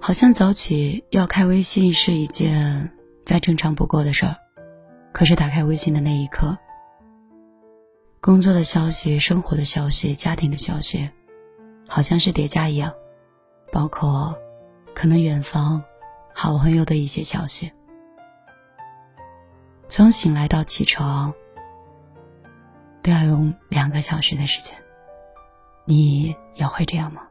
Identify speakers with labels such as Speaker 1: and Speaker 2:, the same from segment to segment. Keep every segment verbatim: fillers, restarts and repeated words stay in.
Speaker 1: 好像早起要开微信是一件再正常不过的事儿，可是打开微信的那一刻，工作的消息、生活的消息、家庭的消息，好像是叠加一样，包括可能远方好朋友的一些消息。从醒来到起床都要用两个小时的时间，你也会这样吗？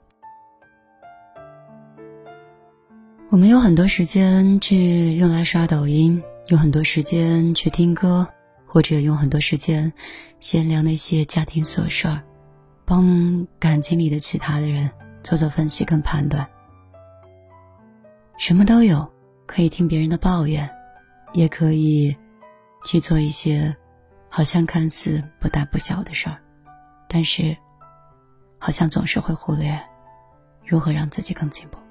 Speaker 1: 我们有很多时间去用来刷抖音，用很多时间去听歌，或者用很多时间闲聊那些家庭琐事儿，帮感情里的其他的人做做分析跟判断。什么都有，可以听别人的抱怨，也可以去做一些好像看似不大不小的事儿，但是好像总是会忽略如何让自己更进步。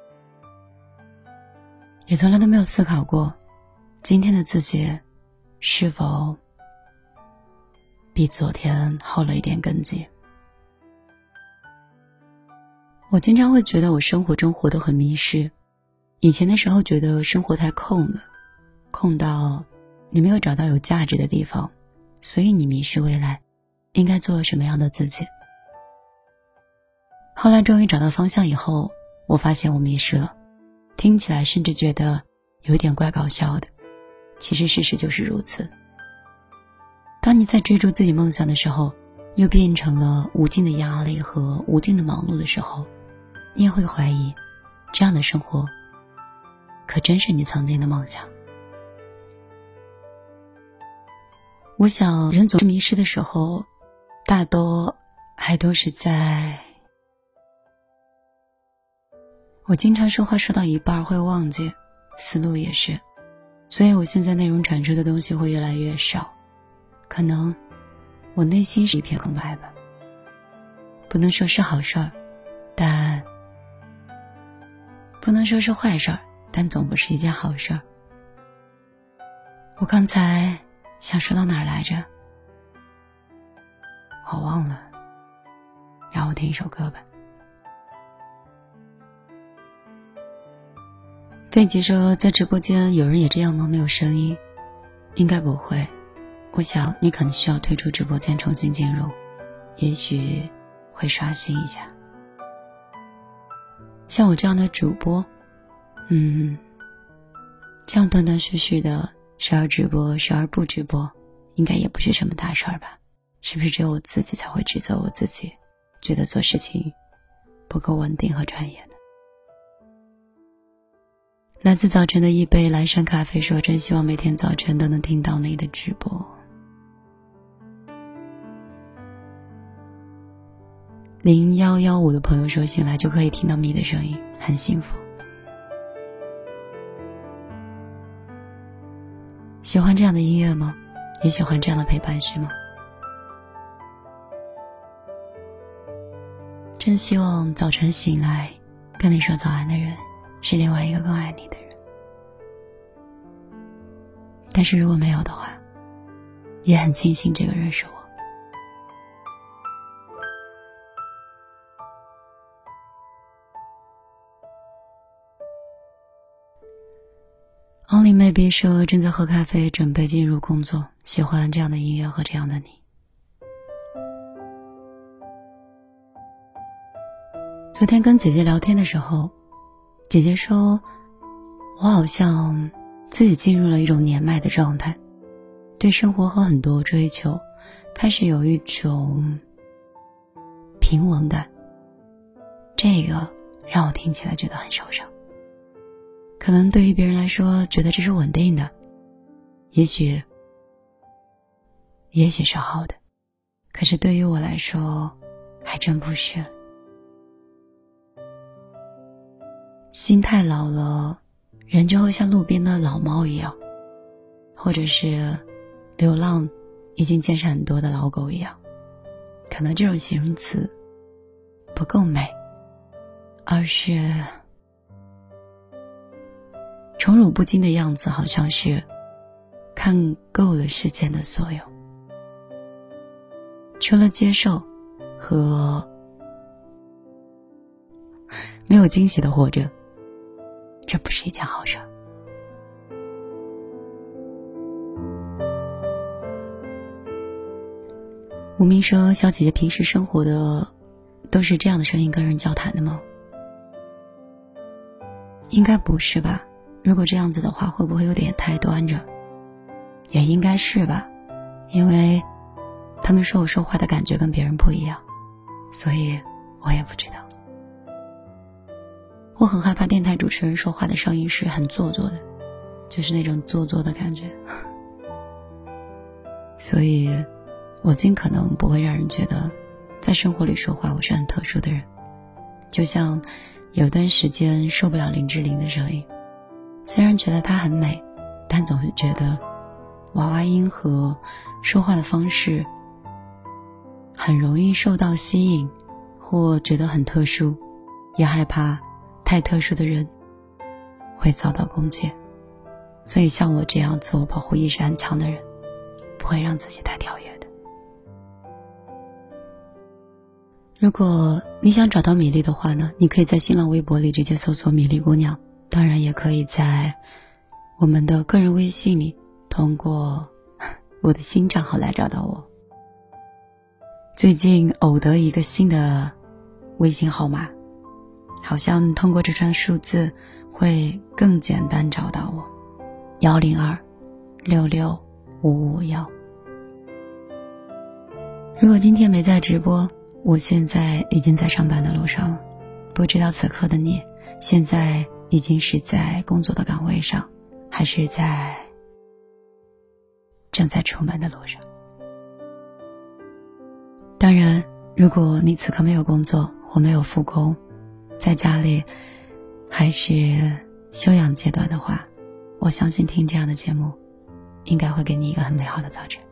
Speaker 1: 也从来都没有思考过今天的自己是否比昨天厚了一点根基。我经常会觉得我生活中活得很迷失，以前的时候觉得生活太空了，空到你没有找到有价值的地方，所以你迷失未来应该做什么样的自己。后来终于找到方向以后，我发现我迷失了，听起来甚至觉得有点怪搞笑的，其实事实就是如此。当你在追逐自己梦想的时候，又变成了无尽的压力和无尽的忙碌的时候，你也会怀疑这样的生活可真是你曾经的梦想。我想人总是迷失的时候，大多还都是在我经常说话说到一半会忘记，思路也是，所以我现在内容产出的东西会越来越少，可能我内心是一片空白吧。不能说是好事儿，但不能说是坏事儿，但总不是一件好事儿。我刚才想说到哪儿来着，我忘了，让我听一首歌吧。费吉说，在直播间有人也这样吗？没有声音？应该不会，我想你可能需要退出直播间重新进入，也许会刷新一下。像我这样的主播，嗯，这样断断续续的时而直播时而不直播，应该也不是什么大事儿吧？是不是只有我自己才会指责我自己，觉得做事情不够稳定和专业呢？来自早晨的一杯蓝山咖啡说，真希望每天早晨都能听到你的直播。零一一五的朋友说，醒来就可以听到米的声音，很幸福。喜欢这样的音乐吗？也喜欢这样的陪伴是吗？真希望早晨醒来跟你说早安的人是另外一个更爱你的人，但是如果没有的话，也很庆幸这个人是我。Only Maybe 说，正在喝咖啡准备进入工作，喜欢这样的音乐和这样的你。昨天跟姐姐聊天的时候，姐姐说我好像自己进入了一种年迈的状态，对生活和很多追求开始有一种平稳感，这个让我听起来觉得很受伤。可能对于别人来说觉得这是稳定的，也许也许是好的，可是对于我来说还真不是。心太老了，人就会像路边的老猫一样，或者是流浪已经见识很多的老狗一样。可能这种形容词不够美，而是宠辱不惊的样子，好像是看够了世间的所有，除了接受和没有惊喜的活着， 这不是一件好事。无名说，小姐姐平时生活的都是这样的声音跟人交谈的吗？应该不是吧，如果这样子的话，会不会有点太端着？也应该是吧，因为他们说我说话的感觉跟别人不一样，所以我也不知道。我很害怕电台主持人说话的声音是很做作的，就是那种做作的感觉，所以我尽可能不会让人觉得在生活里说话我是很特殊的人。就像有段时间受不了林志玲的声音，虽然觉得她很美，但总是觉得娃娃音和说话的方式很容易受到吸引，或觉得很特殊，也害怕太特殊的人会遭到攻击。所以像我这样自我保护意识很强的人，不会让自己太跳跃的。如果你想找到米粒的话呢，你可以在新浪微博里直接搜索米粒姑娘，当然也可以在我们的个人微信里通过我的新账号来找到我。最近偶得一个新的微信号码，好像通过这串数字会更简单找到我，幺零二六六五五幺。如果今天没在直播，我现在已经在上班的路上了，不知道此刻的你现在已经是在工作的岗位上，还是在正在出门的路上。当然，如果你此刻没有工作或没有复工，在家里还是休养阶段的话，我相信听这样的节目应该会给你一个很美好的早晨。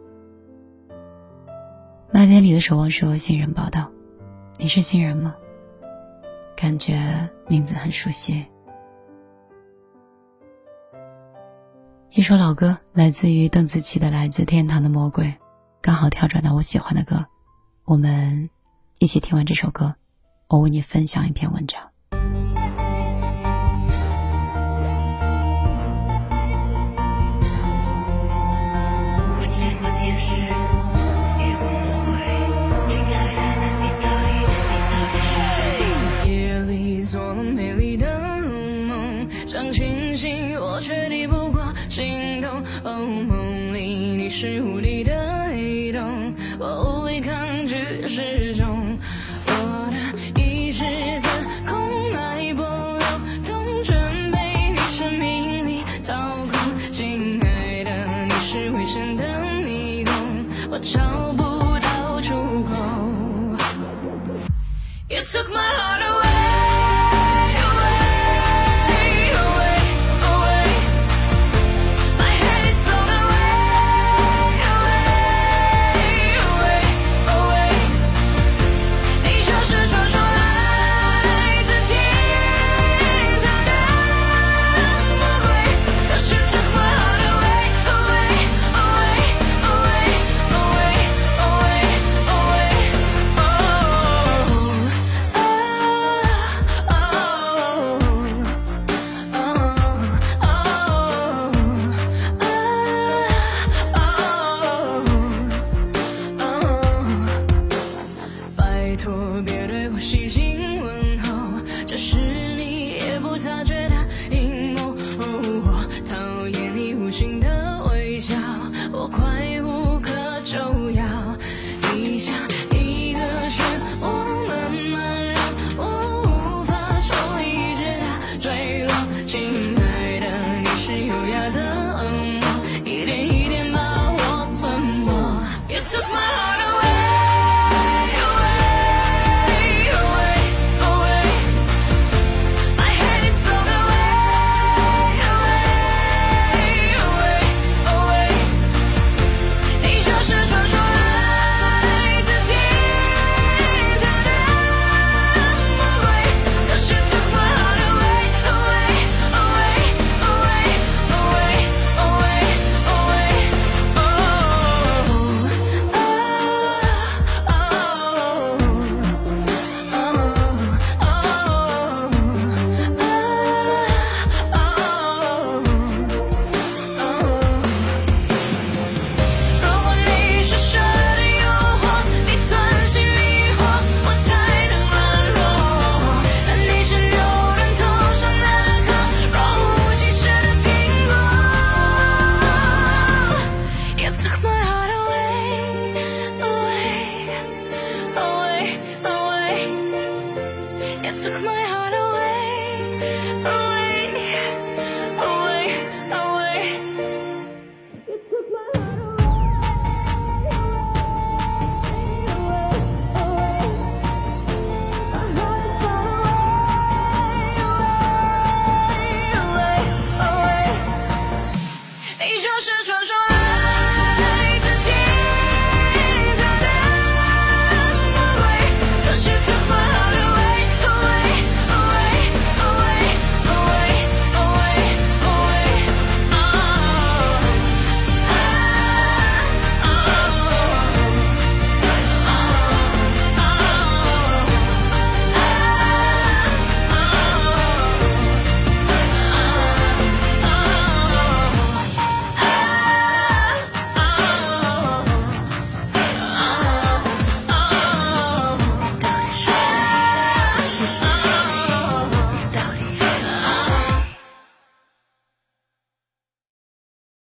Speaker 1: 麦田里的守望说，新人报道，你是新人吗？感觉名字很熟悉。一首老歌来自于邓紫棋的《来自天堂的魔鬼》，刚好跳转到我喜欢的歌，我们一起听完这首歌，我为你分享一篇文章。
Speaker 2: 像星星，我却抵不过心动。哦，梦里你是无力的黑洞，我无力抗拒失重。我的意识自空脉波流动，准被你生命里操控。亲爱的，你是危险的迷宫，我找不到出口。You took my heart away。 You took my heart away, away